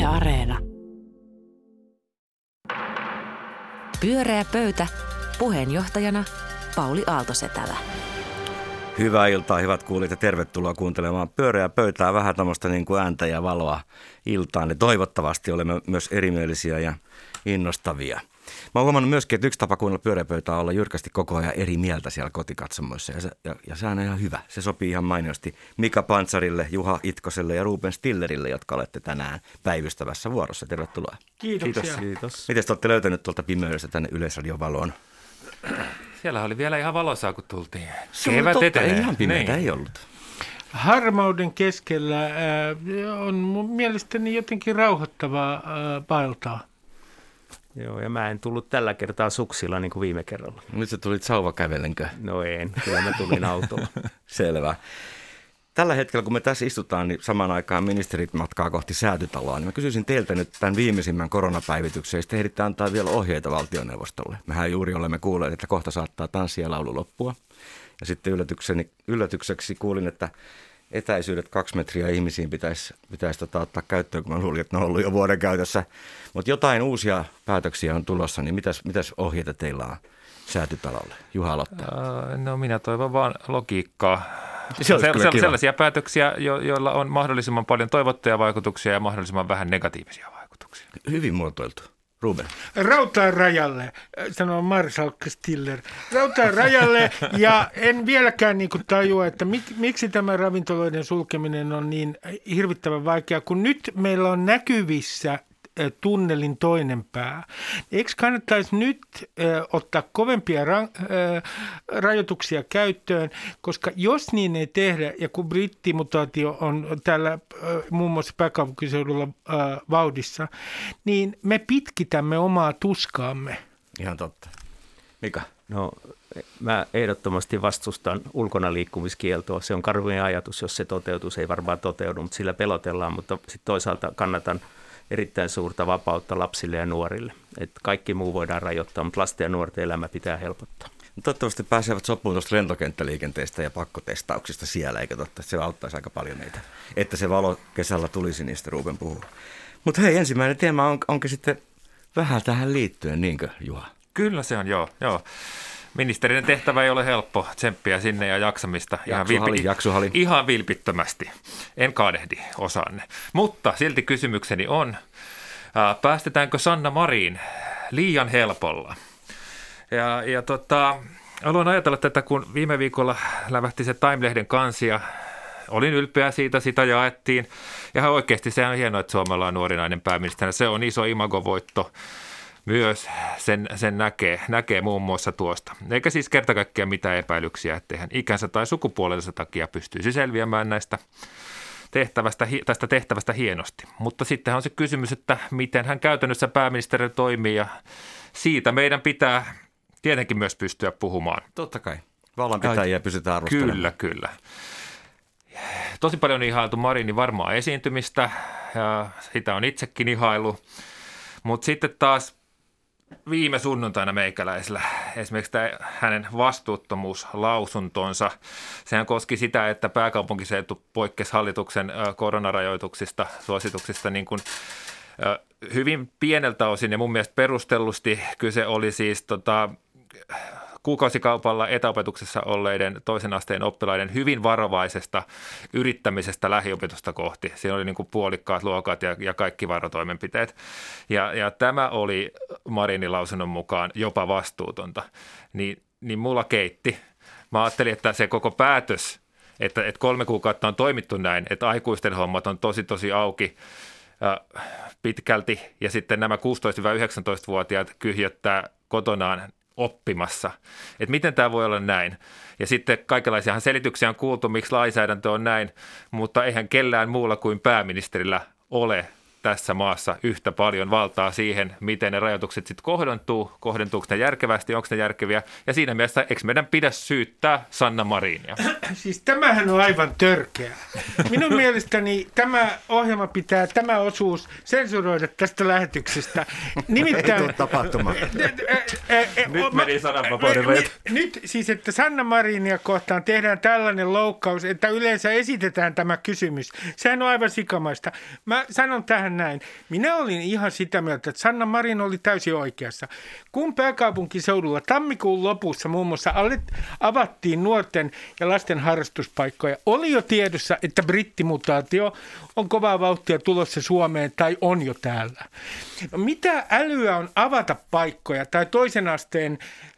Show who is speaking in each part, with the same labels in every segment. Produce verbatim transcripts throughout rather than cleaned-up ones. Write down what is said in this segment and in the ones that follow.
Speaker 1: Areena.
Speaker 2: Pyöreä pöytä. Puheenjohtajana Pauli Aaltosetälä.
Speaker 3: Hyvää iltaa, hyvät kuulijat, ja tervetuloa kuuntelemaan Pyöreää pöytää, vähän tämmöistä niin kuin ääntä ja valoa iltaan. Ja toivottavasti olemme myös erimielisiä ja innostavia. Mä oon huomannut myöskin, että yksi tapa kuunnella Pyöreää pöytää on olla jyrkästi koko ajan eri mieltä siellä kotikatsomoissa. Ja se, ja, ja se on ihan hyvä. Se sopii ihan mainiosti Mika Pantsarille, Juha Itkoselle ja Ruben Stillerille, jotka olette tänään päivystävässä vuorossa. Tervetuloa.
Speaker 4: Kiitoksia.
Speaker 5: Kiitos. Kiitos.
Speaker 3: Miten te olette löytänyt tuolta pimeydestä tänne Yleisradion valoon?
Speaker 5: Siellä oli vielä ihan valosaa, kun tultiin.
Speaker 3: Kevät etenee. Ihan pimeätä ei ollut.
Speaker 4: Harmauden keskellä äh, on mun mielestäni jotenkin rauhoittavaa äh, vaeltaa.
Speaker 6: Joo, ja mä en tullut tällä kertaa suksilla niin kuin viime kerralla.
Speaker 3: Nyt sä tulit sauvakävelenkö?
Speaker 6: No en, kyllä mä tulin autolla.
Speaker 3: Selvä. Tällä hetkellä, kun me tässä istutaan, niin samaan aikaan ministerit matkaa kohti Säätytaloa, niin mä kysyisin teiltä nyt tämän viimeisimmän koronapäivityksen, ja sitten ehditte antaa vielä ohjeita valtioneuvostolle. Mehän juuri olemme kuulleet, että kohta saattaa tanssi ja laulu loppua. Ja sitten yllätykseksi kuulin, että etäisyydet kaksi metriä ihmisiin pitäisi, pitäisi tota, ottaa käyttöön, kun mä luulin, että ne on ollut jo vuoden käytössä. Mutta jotain uusia päätöksiä on tulossa, niin mitäs, mitäs ohjeita teillä on Säätytalolle? Juha aloittaa.
Speaker 5: Uh, no minä toivon vaan logiikkaa.
Speaker 3: Se olisi kyllä kiva.
Speaker 5: Sellaisia päätöksiä, jo, joilla on mahdollisimman paljon toivottuja vaikutuksia ja mahdollisimman vähän negatiivisia vaikutuksia.
Speaker 3: Hyvin muotoiltu. Ruben.
Speaker 4: Rautaan rajalle, sanoo Marsalkka Stiller. Rautaan rajalle, ja en vieläkään niin kuin tajua, että mik, miksi tämä ravintoloiden sulkeminen on niin hirvittävän vaikea, kun nyt meillä on näkyvissä tunnelin toinen pää. Eikö kannattaisi nyt äh, ottaa kovempia ra- äh, rajoituksia käyttöön, koska jos niin ei tehdä, ja kun brittimutaatio on täällä äh, muun muassa pääkaupunkiseudulla äh, vauhdissa, niin me pitkitämme omaa tuskaamme.
Speaker 3: Ihan totta. Mika?
Speaker 6: No mä ehdottomasti vastustan ulkona liikkumiskieltoa. Se on karvinen ajatus, jos se toteutuu. Se ei varmaan toteudu, mutta sillä pelotellaan, mutta sitten toisaalta kannatan erittäin suurta vapautta lapsille ja nuorille. Että kaikki muu voidaan rajoittaa, mutta lasten ja nuorten elämä pitää helpottaa.
Speaker 3: No toivottavasti pääsevät sopuun tuosta lentokenttäliikenteestä ja pakkotestauksista siellä, eikä totta, että se auttaisi aika paljon meitä. Että se valo kesällä tulisi, niistä Ruben puhuu. Mutta hei, ensimmäinen teema on, onkin sitten vähän tähän liittyen, niinkö Juha?
Speaker 5: Kyllä se on, joo. joo. Ministerin tehtävä ei ole helppo, tsemppiä sinne ja jaksamista. Ihan,
Speaker 3: jaksuhali, jaksuhali.
Speaker 5: ihan vilpittömästi. En kadehdi osaanne. Mutta silti kysymykseni on, ää, päästetäänkö Sanna Marin liian helpolla? Ja, ja tota, haluan ajatella tätä, kun viime viikolla lävähti se Time-lehden kansia. Olin ylpeä siitä, sitä jaettiin. Ja ihan oikeasti se on hienoa, että Suomella on nuori nainen pääministerinä. Se on iso imagovoitto. Myös sen, sen näkee, näkee muun muassa tuosta. Eikä siis kerta kaikkiaan mitään epäilyksiä, ettei hän ikänsä tai sukupuolensa takia pystyisi selviämään näistä tehtävästä, tästä tehtävästä hienosti. Mutta sitten on se kysymys, että miten hän käytännössä pääministeri toimii, ja siitä meidän pitää tietenkin myös pystyä puhumaan.
Speaker 3: Totta kai. Vallanpitäjiä pysytään arvostelemaan.
Speaker 5: Kyllä, kyllä. Tosi paljon ihailtu Marinin varmaa esiintymistä, ja sitä on itsekin ihailu. Mutta sitten taas viime sunnuntaina meikäläisellä esimerkiksi tämä hänen vastuuttomuuslausuntonsa, sehän koski sitä, että pääkaupunkiseutu poikkesi hallituksen koronarajoituksista, suosituksista niin kuin hyvin pieneltä osin, ja mun mielestä perustellusti kyse oli siis tota, kuukausikaupalla etäopetuksessa olleiden toisen asteen oppilaiden hyvin varovaisesta yrittämisestä lähiopetusta kohti. Siinä oli niin kuin puolikkaat luokat ja, ja kaikki varotoimenpiteet. Ja, ja tämä oli Marinin lausunnon mukaan jopa vastuutonta. Niin, niin mulla keitti. Mä ajattelin, että se koko päätös, että, että kolme kuukautta on toimittu näin, että aikuisten hommat on tosi tosi auki äh, pitkälti, ja sitten nämä kuusitoista–yhdeksäntoista-vuotiaat kyhjöttää kotonaan oppimassa, että miten tämä voi olla näin. Ja sitten kaikenlaisiahan selityksiä on kuultu, miksi lainsäädäntö on näin, mutta eihän kellään muulla kuin pääministerillä ole tässä maassa yhtä paljon valtaa siihen, miten ne rajoitukset sitten kohdentuu, kohdentuuko ne järkevästi, onko ne järkeviä, ja siinä mielessä eikö meidän pidä syyttää Sanna Marinia?
Speaker 4: Siis tämähän on aivan törkeä. Minun mielestäni tämä ohjelma pitää, tämä osuus sensuroida tästä lähetyksestä. Nimittäin...
Speaker 3: Ei tule tapahtumaan.
Speaker 5: Nyt meni sananvapauden rajat.
Speaker 4: Nyt siis, että Sanna Marinia kohtaan tehdään tällainen loukkaus, että yleensä esitetään tämä kysymys. Sehän on aivan sikamaista. Mä sanon tähän vähän näin. Minä olin ihan sitä mieltä, että Sanna Marin oli täysin oikeassa. Kun pääkaupunkiseudulla tammikuun lopussa muun muassa avattiin nuorten ja lasten harrastuspaikkoja, oli jo tiedossa, että brittimutaatio on kovaa vauhtia tulossa Suomeen tai on jo täällä. No, mitä älyä on avata paikkoja tai toisen asteen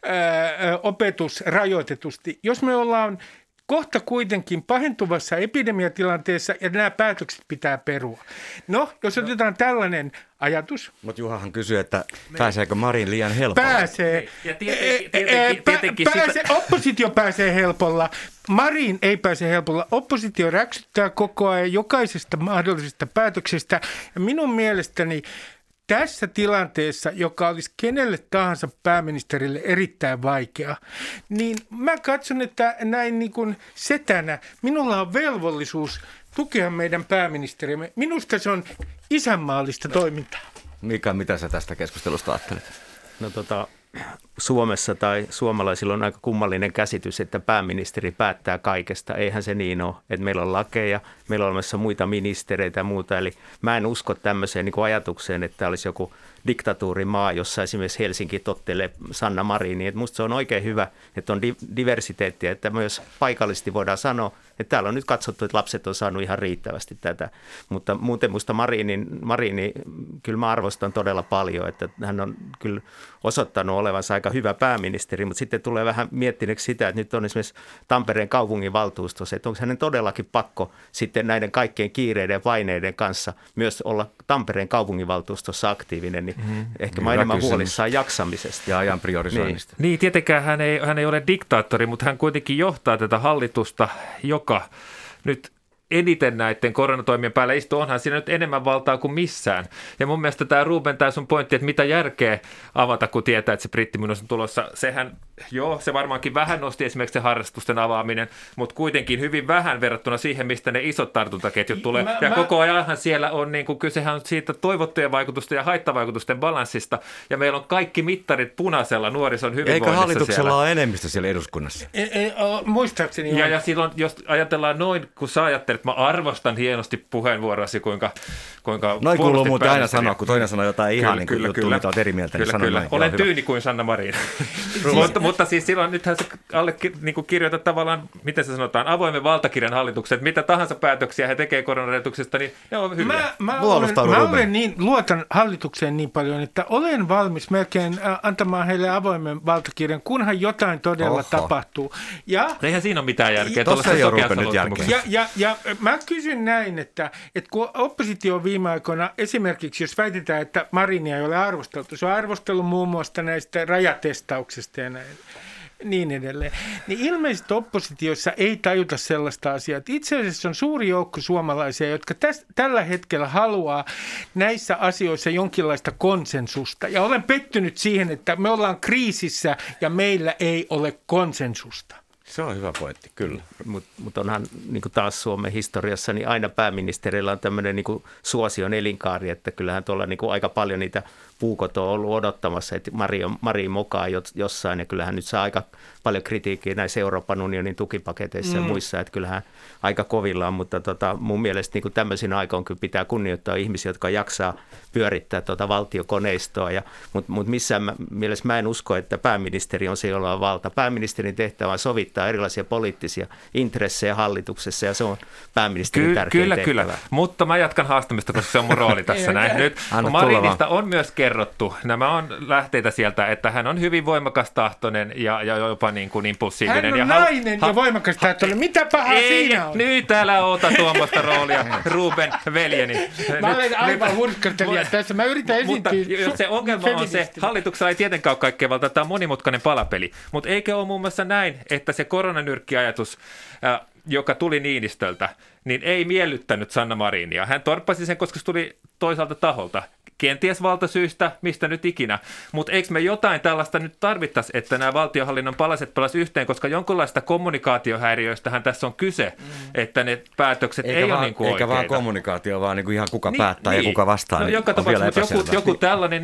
Speaker 4: ää, opetus rajoitetusti, jos me ollaan kohta kuitenkin pahentuvassa epidemiatilanteessa ja nämä päätökset pitää perua. No, jos otetaan tällainen ajatus.
Speaker 3: Mutta Juhahan kysyy, että pääseekö Marin liian helpolla?
Speaker 4: Pääsee.
Speaker 5: Ja tietenkin, tietenkin, tietenkin
Speaker 4: pääsee,
Speaker 5: sitä...
Speaker 4: Oppositio pääsee helpolla. Marin ei pääse helpolla. Oppositio räksyttää koko ajan jokaisesta mahdollisesta päätöksestä. Ja minun mielestäni tässä tilanteessa, joka olisi kenelle tahansa pääministerille erittäin vaikea, niin mä katson, että näin niin kuin setänä minulla on velvollisuus tukea meidän pääministerimme. Minusta se on isänmaallista toimintaa.
Speaker 3: Mika, mitä sä tästä keskustelusta ajattelet?
Speaker 6: No tota, Suomessa tai suomalaisilla on aika kummallinen käsitys, että pääministeri päättää kaikesta. Eihän se niin ole, että meillä on lakeja, meillä on olemassa muita ministereitä ja muuta. Eli mä en usko tämmöiseen niin kuin ajatukseen, että olisi joku diktatuurimaa, jossa esimerkiksi Helsinki tottelee Sanna Mariniin. Että musta se on oikein hyvä, että on diversiteettiä, että myös paikallisesti voidaan sanoa, että täällä on nyt katsottu, että lapset on saanut ihan riittävästi tätä. Mutta muuten musta Marinin, Marini, kyllä mä arvostan todella paljon, että hän on kyllä osoittanut olevansa aika hyvä pääministeri, mutta sitten tulee vähän miettineeksi sitä, että nyt on esimerkiksi Tampereen kaupunginvaltuustossa, että onko hänen todellakin pakko sitten näiden kaikkien kiireiden ja paineiden kanssa myös olla Tampereen kaupunginvaltuustossa aktiivinen, niin mm-hmm. ehkä mä enemmän huolissaan jaksamisesta.
Speaker 3: Ja ajan priorisoinnista.
Speaker 5: Niin, niin tietenkään hän ei, hän ei ole diktaattori, mutta hän kuitenkin johtaa tätä hallitusta, joka nyt eniten näiden koronatoimien päällä istuu, onhan siinä nyt enemmän valtaa kuin missään. Ja mun mielestä tämä Ruben, tämä sun pointti, että mitä järkeä avata, kun tietää, että se brittiminus on tulossa. Sehän, joo, se varmaankin vähän nosti esimerkiksi se harrastusten avaaminen, mutta kuitenkin hyvin vähän verrattuna siihen, mistä ne isot tartuntaketjut tulee. Mä, ja mä... koko ajanhan siellä on, niin kuin, kysehän on siitä toivottavien vaikutusten ja haittavaikutusten balanssista, ja meillä on kaikki mittarit punaisella nuorison hyvinvoinnissa.
Speaker 3: Eikä hallituksella
Speaker 5: siellä
Speaker 3: ole enemmistö siellä eduskunnassa?
Speaker 4: E, e, o, muistaakseni.
Speaker 5: Ja, ja silloin, jos ajatellaan noin, kun sä ajattelet, mä arvostan hienosti puheenvuorosi, kuinka, kuinka
Speaker 3: noin kuuluu muuten aina sanoa, kun toinen sanoo jotain ihan niin kuin juttua, mitä olet eri mieltä.
Speaker 5: Kyllä,
Speaker 3: niin
Speaker 5: kyllä.
Speaker 3: Noin,
Speaker 5: olen
Speaker 3: joo,
Speaker 5: tyyni
Speaker 3: hyvä.
Speaker 5: kuin Sanna Marin. mutta, mutta siis silloin nythän se alle niin kuin kirjoitat tavallaan, miten se sanotaan, avoimen valtakirjan hallitukset, mitä tahansa päätöksiä he tekee koronarajoituksista, niin ne on hyviä.
Speaker 4: Mä, mä, olen, mä olen niin, luotan hallitukseen niin paljon, että olen valmis melkein antamaan heille avoimen valtakirjan, kunhan jotain todella Oho. tapahtuu. Ja,
Speaker 5: eihän siinä ole mitään järkeä.
Speaker 3: Tuossa ei ole Ruben nyt järkeä.
Speaker 4: Ja, ja, ja mä kysyn näin, että, että kun oppositio on viime aikoina, esimerkiksi jos väitetään, että Marinia ei ole arvosteltu, se on arvostellut muun muassa näistä rajatestauksista ja näin, niin edelleen, niin ilmeisesti oppositiossa ei tajuta sellaista asiaa, että itse asiassa on suuri joukko suomalaisia, jotka täs, tällä hetkellä haluaa näissä asioissa jonkinlaista konsensusta. Ja olen pettynyt siihen, että me ollaan kriisissä ja meillä ei ole konsensusta.
Speaker 3: Se on hyvä pointti, kyllä.
Speaker 6: Mutta mut onhan niin kuin taas Suomen historiassa, niin aina pääministerillä on tämmöinen niin kuin suosion elinkaari, että kyllähän tuolla niin kuin aika paljon niitä puukot on ollut odottamassa, että Mari, on, Mari mokaa jossain, ja kyllähän nyt saa aika paljon kritiikkiä näissä Euroopan unionin tukipaketeissa mm. ja muissa, että kyllähän aika kovillaan, mutta tota, mun mielestä niin kuin tämmöisinä aikoina kyllä pitää kunnioittaa ihmisiä, jotka jaksaa pyörittää tuota valtiokoneistoa, ja, mutta mut missään mä, mielessä mä en usko, että pääministeri on se, jolla on valta. Pääministerin tehtävä on sovittaa erilaisia poliittisia intressejä hallituksessa, ja se on pääministerin
Speaker 5: Ky-
Speaker 6: tärkein
Speaker 5: Kyllä,
Speaker 6: tehtävä.
Speaker 5: kyllä, mutta mä jatkan haastamista, koska se on mun rooli tässä näin. Nyt Marinista on myös kerrottu, nämä on lähteitä sieltä, että hän on hyvin voimakas tahtoinen ja, ja jopa niin kuin impulsiivinen.
Speaker 4: Hän on
Speaker 5: ja
Speaker 4: nainen ha- ja voimakas tahtoinen. Mitä pahaa
Speaker 5: ei,
Speaker 4: siinä on?
Speaker 5: Nyt älä ota tuommoista roolia, Ruben veljeni.
Speaker 4: Mä olen aivan hurskastelija tässä. Mä yritän esiintyä.
Speaker 5: Mutta jos se ongelma on se, hallituksella ei tietenkään ole kaikkea valtaa, tämä on monimutkainen palapeli. Mutta eikö ole muun muassa näin, että se koronanyrkkiajatus, äh, joka tuli Niinistöltä, niin ei miellyttänyt Sanna Marinia. Hän torppasi sen, koska se tuli toisaalta taholta. Kenties valtasyistä, mistä nyt ikinä. Mutta eikö me jotain tällaista nyt tarvittaisi, että nämä valtionhallinnon palaset palasi yhteen, koska jonkinlaista kommunikaatiohäiriöistähän tässä on kyse, mm. että ne päätökset
Speaker 3: eikä
Speaker 5: ei
Speaker 3: vaan,
Speaker 5: ole niin kuin
Speaker 3: eikä
Speaker 5: oikeita.
Speaker 3: vaan kommunikaatio, vaan niin kuin ihan kuka
Speaker 5: niin,
Speaker 3: päättää
Speaker 5: niin.
Speaker 3: ja kuka vastaa.
Speaker 5: No,
Speaker 3: niin
Speaker 5: joka tapauksessa, mutta joku, joku tällainen niin kuin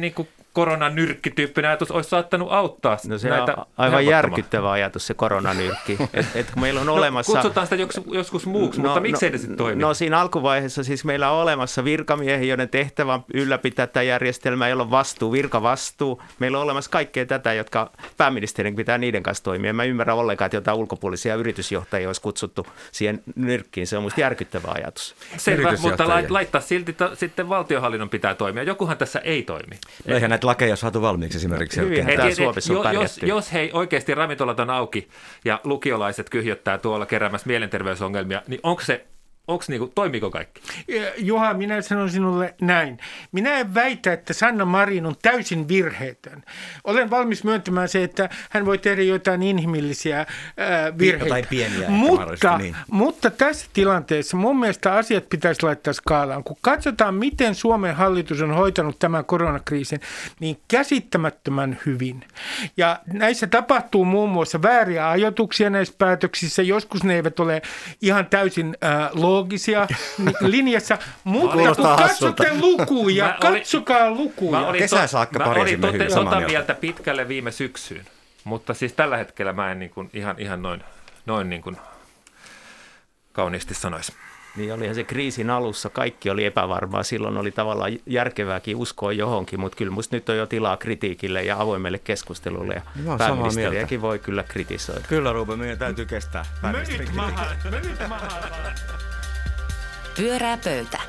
Speaker 5: koronanyrkkityyppinen ajatus olisi saattanut auttaa
Speaker 6: No se
Speaker 5: näitä
Speaker 6: on aivan järkyttävä ajatus, se koronanyrkki. Et, et kun meillä on olemassa...
Speaker 5: No, kutsutaan sitä joskus, joskus muuksi,
Speaker 6: no,
Speaker 5: mutta miksei
Speaker 6: no,
Speaker 5: se sitten toimi?
Speaker 6: No siinä alkuvaiheessa siis meillä on olemassa virkamiehiä, joiden tehtävä on ylläpitää tätä järjestelmää, jolla on vastuu, virkavastuu. Meillä on olemassa kaikkea tätä, jotka pääministerin pitää niiden kanssa toimia. Mä ymmärrän ollenkaan, että jotain ulkopuolisia yritysjohtajia olisi kutsuttu siihen nyrkkiin. Se on musta järkyttävä ajatus.
Speaker 5: Selvä, mutta laittaa silti to, sitten valtionhallinnon pitää toimia. Jokuhan tässä ei toimi.
Speaker 3: No eihän näitä lakeja saatu valmiiksi esimerkiksi.
Speaker 6: Hyvin täällä Suomessa on
Speaker 5: jos, jos hei oikeasti ravintolat on auki ja lukiolaiset kyhjöttää tuolla keräämässä mielenterveysongelmia, niin onko se Onko niinku, toimiko kaikki?
Speaker 4: Juha, minä sanon sinulle näin. Minä en väitä, että Sanna Marin on täysin virheetön. Olen valmis myöntämään se, että hän voi tehdä jotain inhimillisiä ää, virheitä.
Speaker 3: Jotain pieniä.
Speaker 4: Mutta,
Speaker 3: niin.
Speaker 4: mutta tässä tilanteessa mun mielestä asiat pitäisi laittaa skaalaan. Kun katsotaan, miten Suomen hallitus on hoitanut tämän koronakriisin, niin käsittämättömän hyvin. Ja näissä tapahtuu muun muassa vääriä ajoituksia näissä päätöksissä. Joskus ne eivät ole ihan täysin äh, loogisia linjassa, mutta kun katsotte lukuja, olin, katsokaa lukuja.
Speaker 3: Kesän saakka pärjäsimme hyvin
Speaker 5: samaa
Speaker 3: samaa
Speaker 5: mieltä. mieltä pitkälle viime syksyyn, mutta siis tällä hetkellä mä en niin kuin ihan, ihan noin, noin niin kuin kauniisti sanoisi.
Speaker 6: Niin olihan se kriisin alussa, kaikki oli epävarmaa, silloin oli tavallaan järkevääkin uskoa johonkin, mutta kyllä musta nyt on jo tilaa kritiikille ja avoimelle keskustelulle ja no, pääministeriäkin voi kyllä kritisoida.
Speaker 3: Kyllä Ruben, meidän täytyy kestää pääministerin kritiikkiä.
Speaker 2: Pyörää pöytä.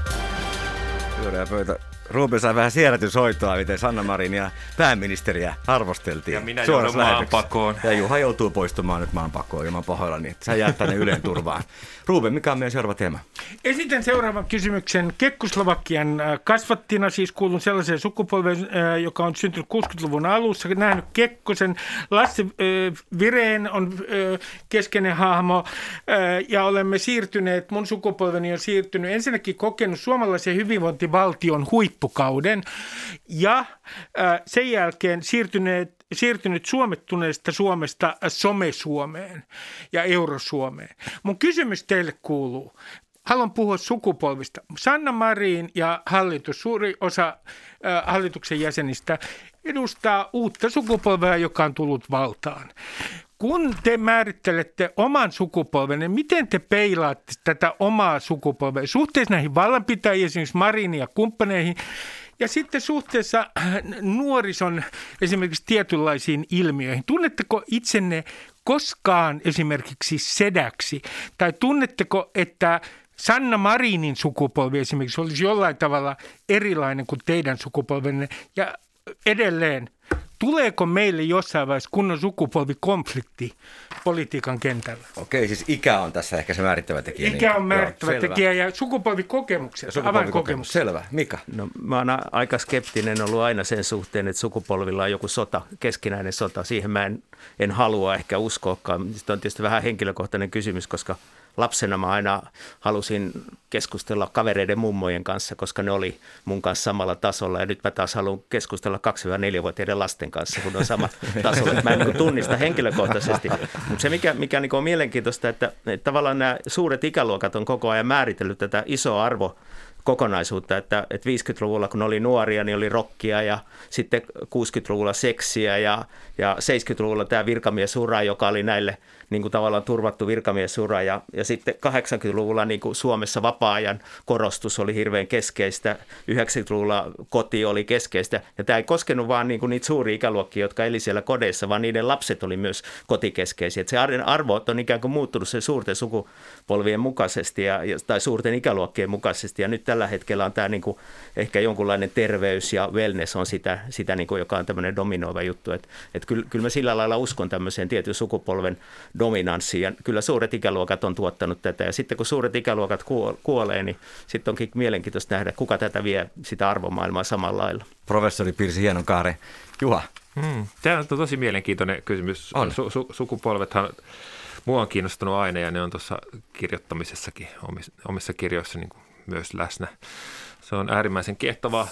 Speaker 3: Pyörää pöytä. Ruben sai vähän siedätyshoitoa, miten Sanna Marin ja pääministeriä arvosteltiin.
Speaker 5: Ja minä joudun maanpakoon.
Speaker 3: Ja Juha joutuu poistumaan nyt maanpakoon ja mä pahoillani, että sä jäät tänne Ylen turvaan. Ruben, mikä on meidän seuraava teema? Esitän
Speaker 4: seuraavan kysymyksen. Kekkoslovakian kasvattina, siis kuulun sellaiseen sukupolveen, joka on syntynyt kuusikymmentäluvun alussa, nähnyt Kekkosen. Lasse Vireen on keskeinen hahmo ja olemme siirtyneet, mun sukupolveni on siirtynyt, ensinnäkin kokenut suomalaisen hyvinvointivaltion huippukauden ja sen jälkeen siirtyneet siirtynyt suomettuneesta Suomesta some-Suomeen ja Eurosuomeen. Mun kysymys teille kuuluu. Haluan puhua sukupolvista. Sanna Marin ja hallitus, suuri osa äh, hallituksen jäsenistä edustaa uutta sukupolvea, joka on tullut valtaan. Kun te määrittelette oman sukupolvenne, miten te peilaatte tätä omaa sukupolvea suhteessa näihin vallanpitäjiin, esimerkiksi Mariin ja kumppaneihin, ja sitten suhteessa nuorison esimerkiksi tietynlaisiin ilmiöihin. Tunnetteko itsenne koskaan esimerkiksi sedäksi? Tai tunnetteko, että Sanna Marinin sukupolvi esimerkiksi olisi jollain tavalla erilainen kuin teidän sukupolvenne? Ja edelleen, tuleeko meille jossain vaiheessa kunnon sukupolvikonflikti politiikan kentällä?
Speaker 3: Okei, siis ikä on tässä ehkä se määrittävä tekijä.
Speaker 4: Ikä on määrittävä Joo, tekijä ja sukupolvikokemukset, avainkokemukset.
Speaker 3: Selvä. Mika?
Speaker 6: No, mä oon aika skeptinen ollut aina sen suhteen, että sukupolvilla on joku sota, keskinäinen sota. Siihen mä en, en halua ehkä uskoakaan. Sitten on tietysti vähän henkilökohtainen kysymys, koska lapsena mä aina halusin keskustella kavereiden mummojen kanssa, koska ne oli mun kanssa samalla tasolla. Ja nyt mä taas haluan keskustella kaksi-neljävuotiaiden lasten kanssa, kun on sama tasolla. Mä en niin kuin tunnista henkilökohtaisesti. Mutta se, mikä, mikä niin kuin on mielenkiintoista, että, että tavallaan nämä suuret ikäluokat on koko ajan määritellyt tätä isoa arvo kokonaisuutta, että, että viisikymmentäluvulla kun oli nuoria, niin oli rockia ja sitten kuusikymmentäluvulla seksiä ja, ja seitsemänkymmentäluvulla tämä virkamiesura, joka oli näille niin kuin tavallaan turvattu virkamiesura ja, ja sitten kahdeksankymmentäluvulla niin kuin Suomessa vapaa-ajan korostus oli hirveän keskeistä, yhdeksänkymmentäluvulla koti oli keskeistä ja tämä ei koskenut vaan niin kuin niitä suuria ikäluokkia, jotka eli siellä kodeissa, vaan niiden lapset oli myös kotikeskeisiä. Että se arvo on ikään kuin muuttunut sen suurten sukupolvien mukaisesti ja, tai suurten ikäluokkien mukaisesti ja nyt tällä hetkellä on tämä niin kuin ehkä jonkunlainen terveys ja wellness on sitä, sitä niin kuin, joka on tämmöinen dominoiva juttu. Että et kyllä, kyllä mä sillä lailla uskon tämmöiseen tietyn sukupolven dominanssiin ja kyllä suuret ikäluokat on tuottanut tätä ja sitten kun suuret ikäluokat kuolee, niin sitten onkin mielenkiintoista nähdä, kuka tätä vie sitä arvomaailmaa samalla lailla.
Speaker 3: Professori Pirsi Hienokaari. Juha.
Speaker 5: Hmm, tämä on tosi mielenkiintoinen kysymys. Su, su, sukupolvethan mua on kiinnostunut aina ja ne on tuossa kirjoittamisessakin omissa, omissa kirjoissa niin kuin myös läsnä. Se on äärimmäisen kiehtovaa.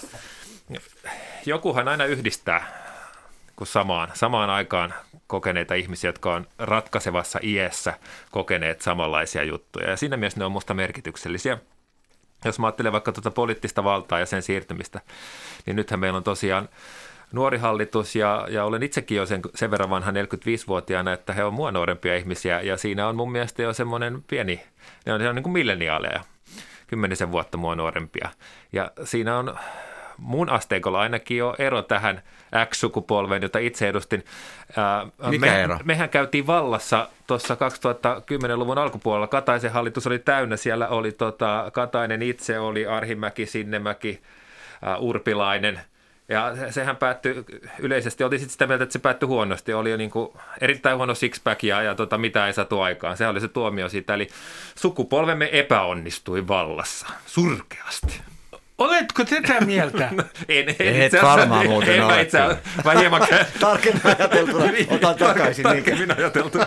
Speaker 5: Jokuhan aina yhdistää kun samaan, samaan aikaan kokeneita ihmisiä, jotka on ratkaisevassa iässä kokeneet samanlaisia juttuja. Ja siinä mielessä ne on musta merkityksellisiä. jos mä ajattelen vaikka tuota poliittista valtaa ja sen siirtymistä, niin nythän meillä on tosiaan nuori hallitus ja, ja olen itsekin jo sen, sen verran vanha neljäkymmentäviisivuotiaana, että he on mua nuorempia ihmisiä ja siinä on mun mielestä jo semmoinen pieni, ne on, ne on niin kuin milleniaaleja, kymmenisen vuotta mua nuorempia ja siinä on mun asteikolla ainakin jo ero tähän X-sukupolveen, jota itse edustin.
Speaker 3: Mikä
Speaker 5: Me,
Speaker 3: ero?
Speaker 5: Mehän käytiin vallassa tuossa kaksituhattakymmenluvun alkupuolella. Kataisen hallitus oli täynnä. Siellä oli tota, Katainen itse, oli Arhimäki, Sinnemäki, uh, Urpilainen. Ja sehän päättyi yleisesti, oltiin sitten sitä mieltä, että se päättyi huonosti. Oli jo niin kuin erittäin huono six-pack ja, ja tota, mitä ei saatu aikaan. Se oli se tuomio siitä. Eli sukupolvemme epäonnistui vallassa surkeasti.
Speaker 4: Oletko tätä mieltä?
Speaker 5: No, en, en
Speaker 3: Et
Speaker 5: itse asiassa,
Speaker 3: varmaan muuten
Speaker 5: en,
Speaker 3: ole.
Speaker 5: itse asiassa, mä hieman
Speaker 3: Tarkemmin ajateltuna, otan takaisin.
Speaker 5: Tarkemmin ajateltuna.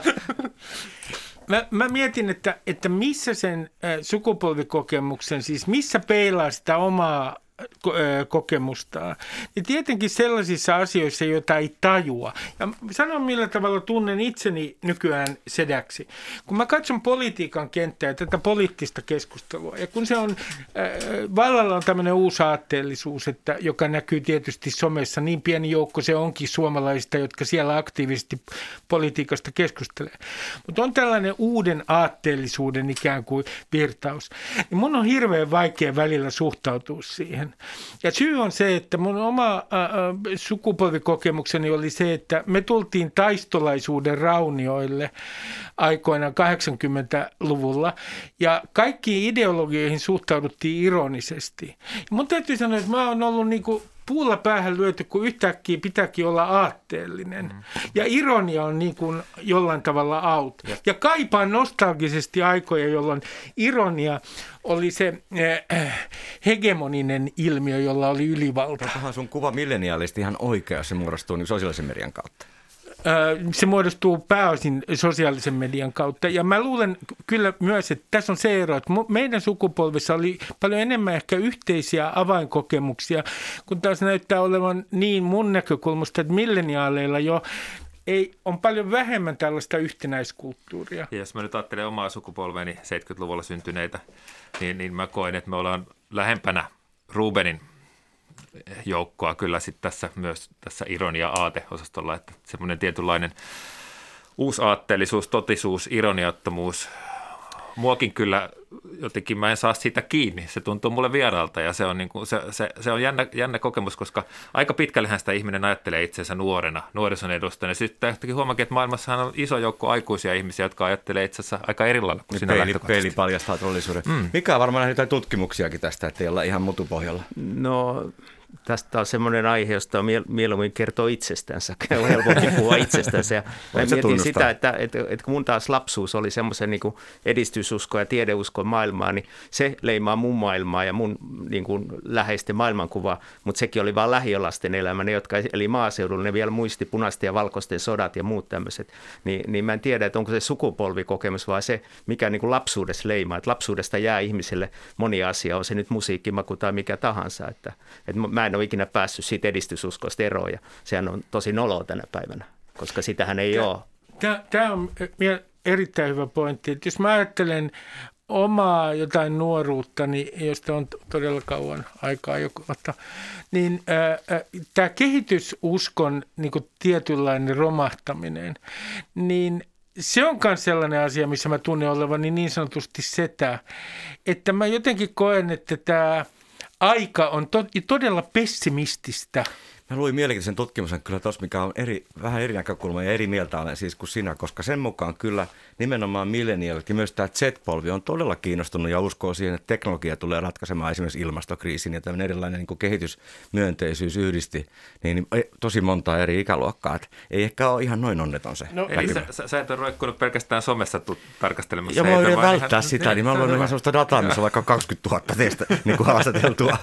Speaker 4: Mä, mä mietin, että, että missä sen äh, sukupolvikokemuksen, siis missä peilaa sitä omaa kokemustaan, niin tietenkin sellaisissa asioissa, joita ei tajua. Ja sanon, millä tavalla tunnen itseni nykyään sedäksi. Kun mä katson politiikan kenttää ja tätä poliittista keskustelua, ja kun se on, äh, vallalla on tämmöinen uusi aatteellisuus, että, joka näkyy tietysti somessa, niin pieni joukko se onkin suomalaisista, jotka siellä aktiivisesti politiikasta keskustelee. Mutta on tällainen uuden aatteellisuuden ikään kuin virtaus. Niin mun on hirveän vaikea välillä suhtautua siihen. Ja syy on se, että mun oma äh, sukupolvikokemukseni oli se, että me tultiin taistolaisuuden raunioille aikoinaan kahdeksankymmentäluvulla ja kaikkiin ideologioihin suhtauduttiin ironisesti. Ja mun täytyy sanoa, että mä oon ollut niinku puulla päähän lyöty, kun yhtäkkiä pitääkin olla aatteellinen. Mm. Ja ironia on niin kuin jollain tavalla out. Ja, ja kaipaan nostalgisesti aikoja, jolloin ironia oli se äh, hegemoninen ilmiö, jolla oli ylivalta.
Speaker 3: Tämähän sun kuva milleniaalista ihan oikea, se muodostuu niin sosiaalisen median kautta.
Speaker 4: Se muodostuu pääosin sosiaalisen median kautta. Ja mä luulen kyllä myös, että tässä on se ero, että meidän sukupolvessa oli paljon enemmän ehkä yhteisiä avainkokemuksia, kun taas näyttää olevan niin mun näkökulmasta, että milleniaaleilla jo ei, on paljon vähemmän tällaista yhtenäiskulttuuria.
Speaker 5: Ja jos mä nyt ajattelen omaa sukupolveeni seitsemänkymmentäluvulla syntyneitä, niin, niin mä koen, että me ollaan lähempänä Rubenin joukkoa kyllä sitten tässä myös tässä ironia-aate-osastolla, että semmoinen tietynlainen uusaatteellisuus, totisuus, ironiattomuus, muakin kyllä jotenkin mä en saa siitä kiinni, se tuntuu mulle vieraalta ja se on, niin kuin, se, se, se on jännä, jännä kokemus, koska aika pitkällehän sitä ihminen ajattelee itsensä nuorena, nuorison edustajana. Sitten yhtäkkiä huomaakin, että maailmassahan on iso joukko aikuisia ihmisiä, jotka ajattelee itsensä aika eri lailla kuin siinä
Speaker 3: peili, peili paljastaa todellisuuden. Mm. Mikä on varmaan jotain tutkimuksiakin tästä, ettei olla ihan mutupohjalla?
Speaker 6: No tästä on semmoinen aihe, josta on mieluummin kertoo itsestänsä, on helpompi puhua itsestänsä. Ja mä mietin tunnustaa sitä, että, että, että kun mun taas lapsuus oli semmoisen niin kuin edistysusko ja tiedeuskon maailmaa, niin se leimaa mun maailmaa ja mun niin kuin läheisten maailmankuvaa, mutta sekin oli vaan lähiölasten elämä, ne jotka eli maaseudulla, ne vielä muisti punaisten ja valkoisten sodat ja muut tämmöiset. Niin, niin mä en tiedä, että onko se sukupolvikokemus vai se, mikä niin kuin lapsuudessa leimaa, että lapsuudesta jää ihmiselle moni asia, on se nyt musiikkimaku tai mikä tahansa, että, että mä en ole ikinä päässyt siitä edistysuskosta eroon ja sehän on tosi noloa tänä päivänä, koska sitähän ei
Speaker 4: tämä,
Speaker 6: ole.
Speaker 4: Tämä, tämä on erittäin hyvä pointti, että jos mä ajattelen omaa jotain nuoruuttani, josta on todella kauan aikaa joku, niin ää, tämä kehitysuskon niin kuin tietynlainen romahtaminen, niin se on myös sellainen asia, missä mä tunnen olevani niin sanotusti setä, että mä jotenkin koen, että tämä aika on to- todella pessimististä.
Speaker 3: Mä luin mielenkiintoisen tutkimuksen kyllä tuossa, mikä on eri, vähän eri näkökulma ja eri mieltä olen siis kuin sinä, koska sen mukaan kyllä nimenomaan milleniaalit ja myös tämä Z-polvi on todella kiinnostunut ja uskoo siihen, että teknologia tulee ratkaisemaan esimerkiksi ilmastokriisin ja tämmöinen erilainen niin kuin kehitysmyönteisyys yhdisti niin tosi montaa eri ikäluokkaa. Että ei ehkä ole ihan noin onneton se.
Speaker 5: No, eli sä, sä et ole roikkunut pelkästään somessa tu- tarkastelemassa.
Speaker 3: Ja mä yritän välttää ihan sitä, niin mä luin ihan sellaista dataa, missä on vaikka kaksikymmentätuhatta teistä niin kuin haastateltua.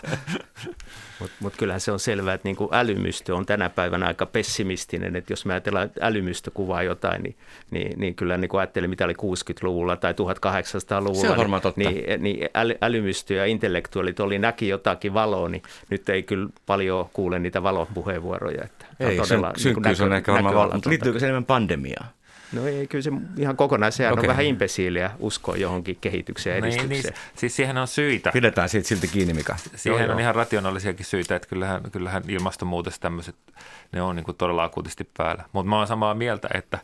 Speaker 6: Mutta mut kyllähän se on selvää, että niinku älymystö on tänä päivänä aika pessimistinen, että jos me ajatellaan, että älymystö kuvaa jotain, niin, niin, niin kyllä niin ajattelin, mitä oli kuusikymmentäluvulla tai tuhatkahdeksansataaluvulla.
Speaker 3: Se on varmaan totta.
Speaker 6: Niin, niin äly, älymystö ja intellektuaalit oli, näki jotakin valoa, niin nyt ei kyllä paljon kuule niitä valopuheenvuoroja. Että
Speaker 3: ei,
Speaker 6: on todella,
Speaker 3: syn,
Speaker 6: niin
Speaker 3: synkkyys on ehkä varmaan, mutta liittyykö se enemmän pandemiaan?
Speaker 6: No ei, kyllä se ihan kokonaan, sehän
Speaker 3: Okei.
Speaker 6: on vähän imbesiiliä uskoa johonkin kehitykseen ja
Speaker 5: Niin,
Speaker 6: edistykseen.
Speaker 5: niin, siis siihen on syitä.
Speaker 3: Pidetään siitä silti kiinni, Mika.
Speaker 5: Siihen
Speaker 6: Joo,
Speaker 5: on
Speaker 6: joo.
Speaker 5: ihan rationaalisiakin syitä, että kyllähän, kyllähän ilmastonmuutos tämmöiset, ne on niin kuin todella akuutisti päällä. Mutta mä oon samaa mieltä, että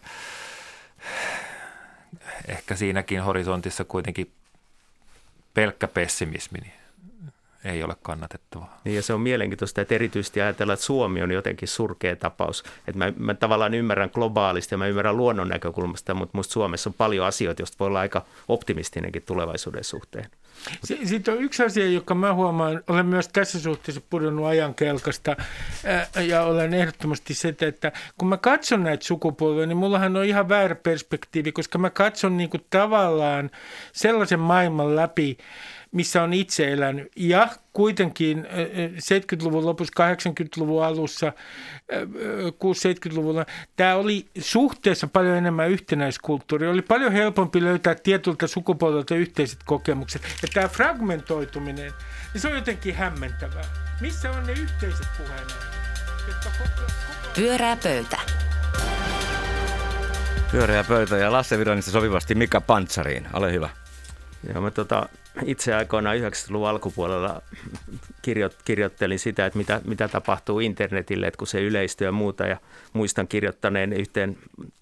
Speaker 5: ehkä siinäkin horisontissa kuitenkin pelkkä pessimismi niin ei ole kannatettavaa.
Speaker 6: Niin ja se on mielenkiintoista, että erityisesti ajatellaan, että Suomi on jotenkin surkea tapaus. Että mä, mä tavallaan ymmärrän globaalisti ja mä ymmärrän luonnon näkökulmasta, mutta musta Suomessa on paljon asioita, joista voi olla aika optimistinenkin tulevaisuuden suhteen.
Speaker 4: Sitten on yksi asia, joka mä huomaan, olen myös tässä suhteessa pudonnut ajankelkasta ää, ja olen ehdottomasti se, että kun mä katson näitä sukupolvia, niin mullahan on ihan väärä perspektiivi, koska mä katson niin kuin tavallaan sellaisen maailman läpi, missä on itse elänyt. Ja kuitenkin seitsemänkymmentäluvun lopussa, kahdeksankymmentäluvun alussa, kuusikymmentä-seitsemänkymmentäluvulla, tämä oli suhteessa paljon enemmän yhtenäiskulttuuri. Oli paljon helpompi löytää tietyltä sukupolvelta yhteiset kokemukset. Ja tämä fragmentoituminen, niin se on jotenkin hämmentävää. Missä on ne yhteiset puheenaiheet, jotka koko...
Speaker 2: Pyörää pöytä.
Speaker 3: Pyöreä pöytä ja Lasse Viranista sopivasti Mika Pantsariin. Ole hyvä.
Speaker 6: Joo, mä tota, itse aikoinaan yhdeksänkymmentäluvun alkupuolella kirjo, kirjoittelin sitä, että mitä, mitä tapahtuu internetille, että kun se yleistyy ja muuta. Ja muistan kirjoittaneen yhteen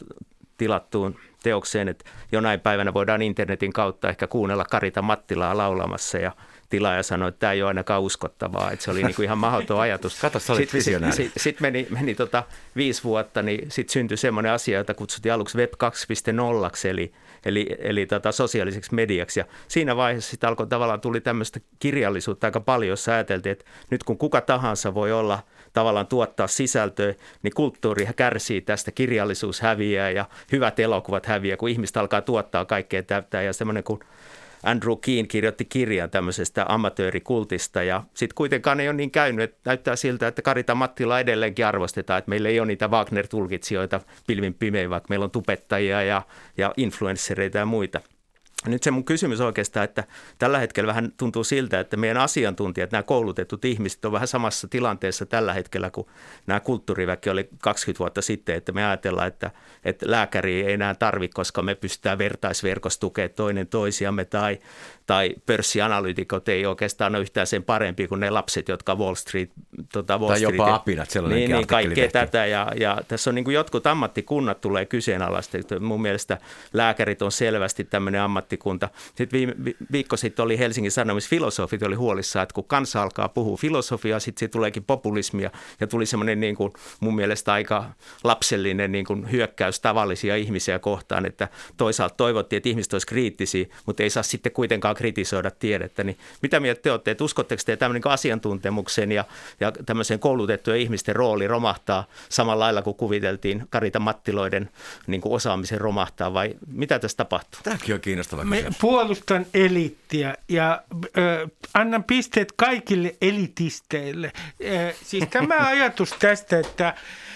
Speaker 6: tilattuun teokseen, että jonain päivänä voidaan internetin kautta ehkä kuunnella Karita Mattilaa laulamassa ja tilaaja sanoi, että tämä ei ole ainakaan uskottavaa, että se oli niin kuin ihan mahdoton ajatus.
Speaker 3: Kato, sä olit visionääri.
Speaker 6: Sitten sit, sit meni, meni tota viisi vuotta, niin sitten syntyi semmoinen asia, jota kutsuttiin aluksi Web kaksi piste nolla, eli, eli, eli tota sosiaaliseksi mediaksi. Ja siinä vaiheessa sitten alkoi tavallaan, tuli tämmöistä kirjallisuutta aika paljon, jossa ajateltiin, että nyt kun kuka tahansa voi olla tavallaan tuottaa sisältöä, niin kulttuuri kärsii tästä, kirjallisuus häviää ja hyvät elokuvat häviää, kun ihmiset alkaa tuottaa kaikkea täyttää ja semmoinen kuin Andrew Keane kirjoitti kirjan tämmöisestä amatöörikultista ja sitten kuitenkaan ei ole niin käynyt, että näyttää siltä, että Karita Mattila edelleenkin arvostetaan, että meillä ei ole niitä Wagner-tulkitsijoita pilvin pimein, vaikka meillä on tubettajia ja, ja influenssereita ja muita. Nyt se mun kysymys oikeastaan, että tällä hetkellä vähän tuntuu siltä, että meidän asiantuntijat, nämä koulutetut ihmiset on vähän samassa tilanteessa tällä hetkellä, kun nämä kulttuuriväki oli kaksikymmentä vuotta sitten, että me ajatellaan, että, että lääkäriä ei enää tarvitse, koska me pystytään vertaisverkossa tukemaan toinen toisiamme tai, tai pörssianalyytikot ei oikeastaan ole yhtään sen parempi kuin ne lapset, jotka Wall Street, tota Wall
Speaker 3: Tai
Speaker 6: Street,
Speaker 3: jopa apinat, sellainenkin
Speaker 6: niin, niin kaikkea
Speaker 3: tehty.
Speaker 6: tätä ja, ja tässä on niin kuin jotkut ammattikunnat tulee kyseenalaista. Mun mielestä lääkärit on selvästi tämmöinen ammatti kunta. Sitten viime, viikko sitten oli Helsingin Sanomissa filosofit oli huolissaan, että kun kansa alkaa puhua filosofiaa, sitten siitä tuleekin populismia ja tuli semmoinen niin kuin mun mielestä aika lapsellinen niin kuin hyökkäys tavallisia ihmisiä kohtaan, että toisaalta toivottiin, että ihmiset olisivat kriittisiä, mutta ei saa sitten kuitenkaan kritisoida tiedettä. Niin mitä mieltä te olette, että uskotteko te tämmöinen niin asiantuntemuksen ja, ja tämmöisen koulutettujen ihmisten rooli romahtaa samalla lailla kuin kuviteltiin Karita Mattiloiden niin kuin osaamisen romahtaa vai mitä tässä tapahtuu?
Speaker 3: Tämäkin on kiinnostava
Speaker 4: Me
Speaker 3: kysymys.
Speaker 4: puolustan eliittiä ja ö, annan pisteet kaikille elitisteille. Ö, siis tämä ajatus tästä, että,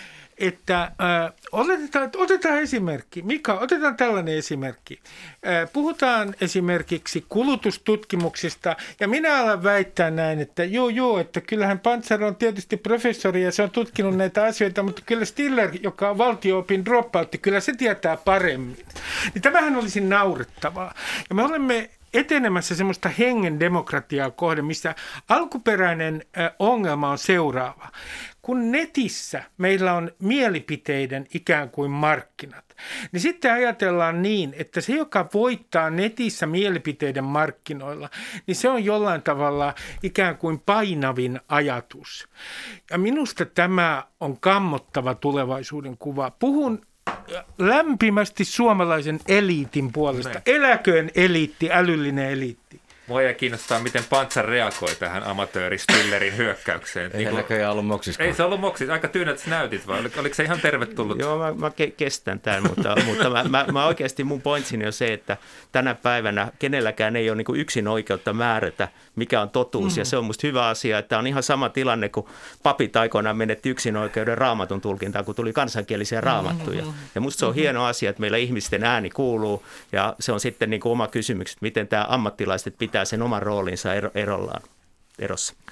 Speaker 4: että ö, otetaan, otetaan esimerkki. Mika, otetaan tällainen esimerkki. Ö, puhutaan esimerkiksi kulutustutkimuksista ja minä alan väittää näin, että joo joo, että kyllähän Pantsar on tietysti professori ja se on tutkinut näitä asioita, mutta kyllä Stiller, joka on valtio-opin dropoutti, kyllä se tietää paremmin. Niin tämähän olisi naurettavaa. Ja me olemme etenemässä semmoista hengen demokratiaa kohden, missä alkuperäinen ongelma on seuraava. Kun netissä meillä on mielipiteiden ikään kuin markkinat, niin sitten ajatellaan niin, että se, joka voittaa netissä mielipiteiden markkinoilla, niin se on jollain tavalla ikään kuin painavin ajatus. Ja minusta tämä on kammottava tulevaisuuden kuva. Puhun lämpimästi suomalaisen eliitin puolesta. Eläköön eliitti, älyllinen eliitti.
Speaker 5: Mua ei kiinnostaa, miten Pantsar reagoi tähän amatööristillerin hyökkäykseen.
Speaker 3: Ei
Speaker 5: Niin kuin-
Speaker 3: näköjään ollut moksissa.
Speaker 5: Ei se ollut moksis, aika tyynät näytit, vai oliko, oliko se ihan tervetullut?
Speaker 6: Joo, mä, mä ke- kestän tämän, mutta, mutta mä, mä, mä oikeasti mun pointsini on se, että tänä päivänä kenelläkään ei ole niin kuin yksin oikeutta määrätä, mikä on totuus. Mm. Ja se on musta hyvä asia, että on ihan sama tilanne, kun papit aikoinaan menetti yksin oikeuden raamatun tulkintaan, kun tuli kansankielisiä raamattuja. Ja musta se on hieno asia, että meillä ihmisten ääni kuuluu, ja se on sitten niin kuin oma kysymys, että miten tämä ammattilaiset pitää sen oman roolinsa ero, erollaan, erossa.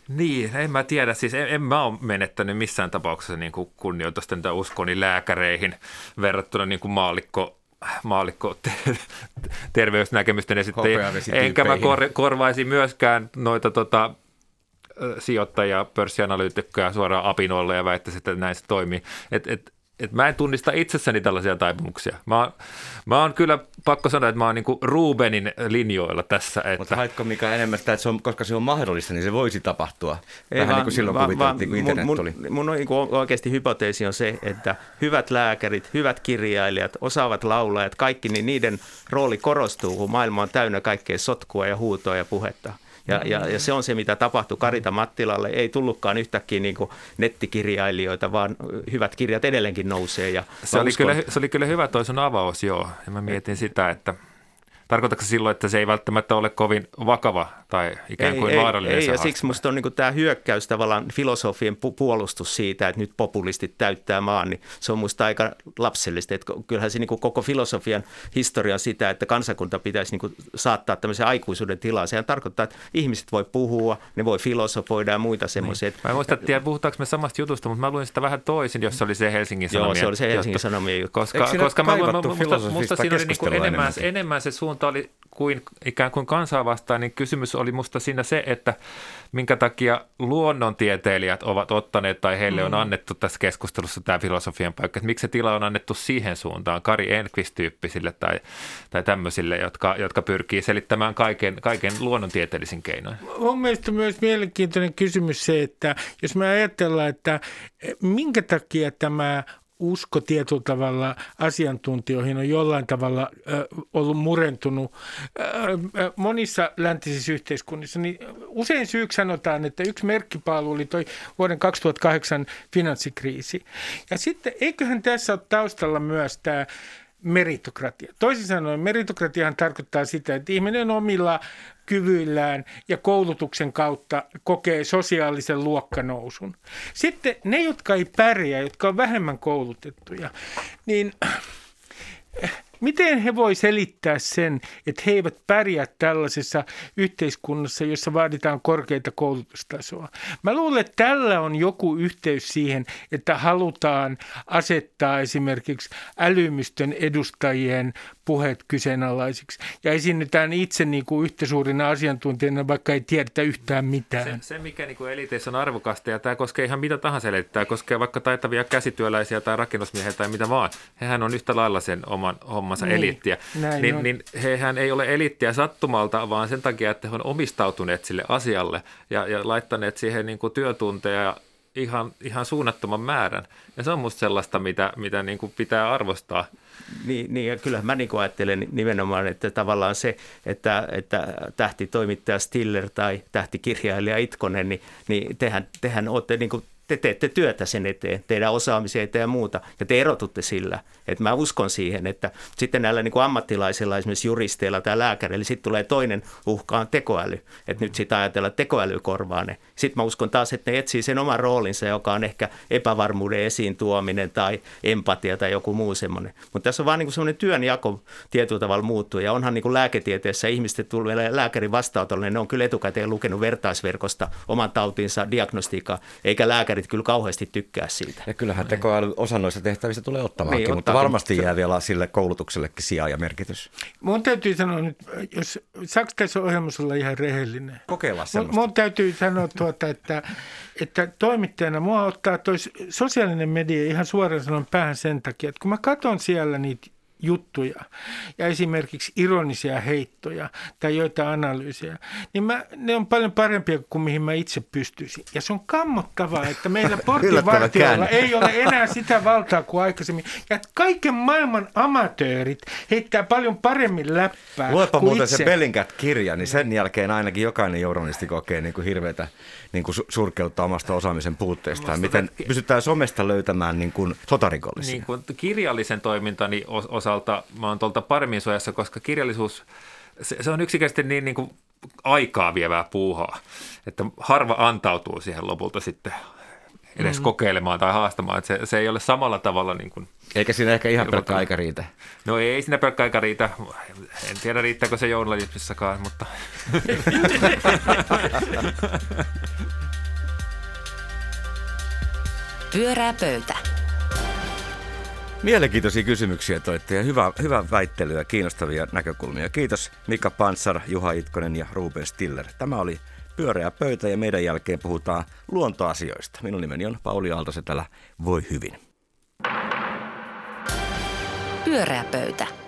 Speaker 5: Niin, en mä tiedä. Siis en, en mä ole menettänyt missään tapauksessa niin kuin kunnioitusta niitä uskoni lääkäreihin verrattuna niin kuin maallikko, maallikko te- terveysnäkemysten esittäjiä. Enkä mä kor- korvaisi myöskään noita tota, sijoittajia, pörssianalyytikkoja suoraan apinoille ja väittäisi, että näin se toimii. Et, et, et mä en tunnista itsessäni tällaisia taipumuksia. Mä, mä oon kyllä pakko sanoa, että mä oon niinku Rubenin linjoilla tässä. Että...
Speaker 3: Mutta haitko Mika enemmän sitä, että se on, koska se on mahdollista, niin se voisi tapahtua.
Speaker 6: Ei
Speaker 3: Vähän
Speaker 6: vaan,
Speaker 3: niin kuin silloin
Speaker 6: vaan,
Speaker 3: kuviteltiin, kun internet
Speaker 6: mun,
Speaker 3: tuli.
Speaker 6: Mun, mun on, niin oikeasti hypoteesi on se, että hyvät lääkärit, hyvät kirjailijat, osaavat laulajat, kaikki, niin niiden rooli korostuu, kun maailma on täynnä kaikkea sotkua ja huutoa ja puhetta. Ja, ja, ja se on se, mitä tapahtui Karita Mattilalle. Ei tullutkaan yhtäkkiä niin kuin nettikirjailijoita, vaan hyvät kirjat edelleenkin nousee. Ja
Speaker 5: se, oli kyllä, se oli kyllä hyvä toi sun avaus, joo. Ja mä mietin sitä, että tarkoitatko silloin, että se ei välttämättä ole kovin vakava tai ikään kuin
Speaker 6: ei,
Speaker 5: vaarallinen
Speaker 6: ei,
Speaker 5: se
Speaker 6: ja siksi musta on niin tämä hyökkäys, tavallaan filosofien pu- puolustus siitä, että nyt populistit täyttää maan, niin se on musta aika lapsellista. Että kyllähän se niin koko filosofian historia on sitä, että kansakunta pitäisi niin saattaa tämmöisen aikuisuuden tilaan. Sehän tarkoittaa, että ihmiset voi puhua, ne voi filosofoida ja muita semmoisia. Niin.
Speaker 5: Mä en muista, että puhutaanko me samasta jutusta, mutta mä luin sitä vähän toisin, jos se oli se Helsingin Sanomien.
Speaker 6: Joo, se oli se Helsingin Sanomien juttu.
Speaker 5: Koska, koska mä, mä, musta, musta siinä oli niin enemmän, enemmän se suunta oli kuin ikään kuin kansaa vastaan, niin kysymys oli musta siinä se, että minkä takia luonnontieteilijät ovat ottaneet tai heille on annettu tässä keskustelussa tämä filosofian paikka, että miksi se tila on annettu siihen suuntaan, Kari Enqvist-tyyppisille tai, tai tämmöisille, jotka, jotka pyrkii selittämään kaiken, kaiken luonnontieteellisin keinoin.
Speaker 4: Mun mielestä myös mielenkiintoinen kysymys se, että jos me ajatellaan, että minkä takia tämä usko tietyllä tavalla asiantuntijoihin on jollain tavalla ö, ollut murentunut ö, ö, monissa läntisissä yhteiskunnissa, niin usein syyksi sanotaan, että yksi merkkipaalu oli toi vuoden kaksituhattakahdeksan finanssikriisi. Ja sitten eiköhän tässä ole taustalla myös tämä meritokratia. Toisin sanoen meritokratiahan tarkoittaa sitä, että ihminen omilla kyvyillään ja koulutuksen kautta kokee sosiaalisen luokkanousun. Sitten ne, jotka ei pärjää, jotka on vähemmän koulutettuja, niin miten he voi selittää sen, että he eivät pärjää tällaisessa yhteiskunnassa, jossa vaaditaan korkeita koulutustasoa? Mä luulen, että tällä on joku yhteys siihen, että halutaan asettaa esimerkiksi älymystön edustajien puheet kyseenalaisiksi. Ja esiinnytään itse niin kuin yhtä suurina asiantuntijana, vaikka ei tiedetä yhtään mitään.
Speaker 5: Se, se mikä niin kuin eliteissä on arvokasta, ja tämä koskee ihan mitä tahansa eliteissä, tämä koskee vaikka taitavia käsityöläisiä tai rakennusmiehiä tai mitä vaan. Hehän on yhtä lailla sen oman hommansa niin, eliittiä. Niin, niin hehän ei ole eliittiä sattumalta, vaan sen takia, että he on omistautuneet sille asialle ja, ja laittaneet siihen niin kuin työtunteja ihan, ihan suunnattoman määrän. Ja se on musta sellaista, mitä, mitä niin kuin pitää arvostaa.
Speaker 6: Niin, niin ja kyllähän mä niin kuin ajattelen nimenomaan, että tavallaan se, että, että tähtitoimittaja Stiller tai tähtikirjailija Itkonen, niin, niin tehän, tehän olette niin kuin te teette työtä sen eteen, teidän osaamisen eteen ja muuta, ja te erotutte sillä. Että mä uskon siihen, että sitten näillä niin kuin ammattilaisilla, esimerkiksi juristeilla tai lääkäreillä, sitten tulee toinen uhka on tekoäly. Että nyt sitä ajatellaan, että tekoäly korvaa ne. Sitten mä uskon taas, että ne etsii sen oman roolinsa, joka on ehkä epävarmuuden esiin tuominen tai empatia tai joku muu semmoinen. Mutta tässä on vaan niin kuin semmoinen työnjako tietyllä tavalla muuttuu, ja onhan niin kuin lääketieteessä ihmiset tulee lääkärin vastaanotolle, ne on kyllä etukäteen lukenut vertaisverkosta oman tautinsa diagnostiikkaa, eikä lääkäri kyllä kauheasti tykkää siitä.
Speaker 3: Ja kyllähän tekoäly osa noista tehtävistä tulee ottamaankin, niin, mutta varmasti jää vielä sille koulutuksellekin sijaa ja merkitys.
Speaker 4: Mun täytyy sanoa nyt, jos saako tässä ohjelmassa olla ihan rehellinen?
Speaker 3: Kokeilla semmoista.
Speaker 4: Mun, mun täytyy sanoa tuota, että, että toimittajana mua ottaa toi sosiaalinen media ihan suoraan sanon päähän sen takia, että kun mä katson siellä niitä juttuja ja esimerkiksi ironisia heittoja tai joita analyysejä, niin mä, ne on paljon parempia kuin mihin mä itse pystyisin. Ja se on kammottavaa, että meillä portinvartijoilla ei ole enää sitä valtaa kuin aikaisemmin. Ja kaiken maailman amatöörit heittää paljon paremmin läppää
Speaker 3: Luepa
Speaker 4: kuin
Speaker 3: muuten
Speaker 4: itse.
Speaker 3: se Bellingcat-kirja, niin sen jälkeen ainakin jokainen journalisti kokee niin kuin hirveätä niin kuin surkeutta omasta osaamisen puutteestaan. Miten pystytään somesta löytämään niin kuin sotarikollisia?
Speaker 5: Niin kuin kirjallisen toimintani osalta mä oon tuolta paremmin suojassa, koska kirjallisuus, se, se on yksinkertaisesti niin, niin kuin aikaa vievää puuhaa, että harva antautuu siihen lopulta sitten edes mm. kokeilemaan tai haastamaan. Että se, se ei ole samalla tavalla niin kuin...
Speaker 3: Eikä siinä ehkä ihan pelkkä aika riitä.
Speaker 5: No ei siinä pelkkä aika riitä. En tiedä riittääkö se journalismissakaan, mutta...
Speaker 2: Pyöreä pöytä.
Speaker 3: Mielenkiintoisia kysymyksiä toitte ja hyvä, hyvä väittely ja kiinnostavia näkökulmia. Kiitos Mika Pantsar, Juha Itkonen ja Ruben Stiller. Tämä oli Pyöreä pöytä ja meidän jälkeen puhutaan luontoasioista. Minun nimeni on Pauli Aalto-Setälä. Voi hyvin.
Speaker 2: Pyöreä pöytä.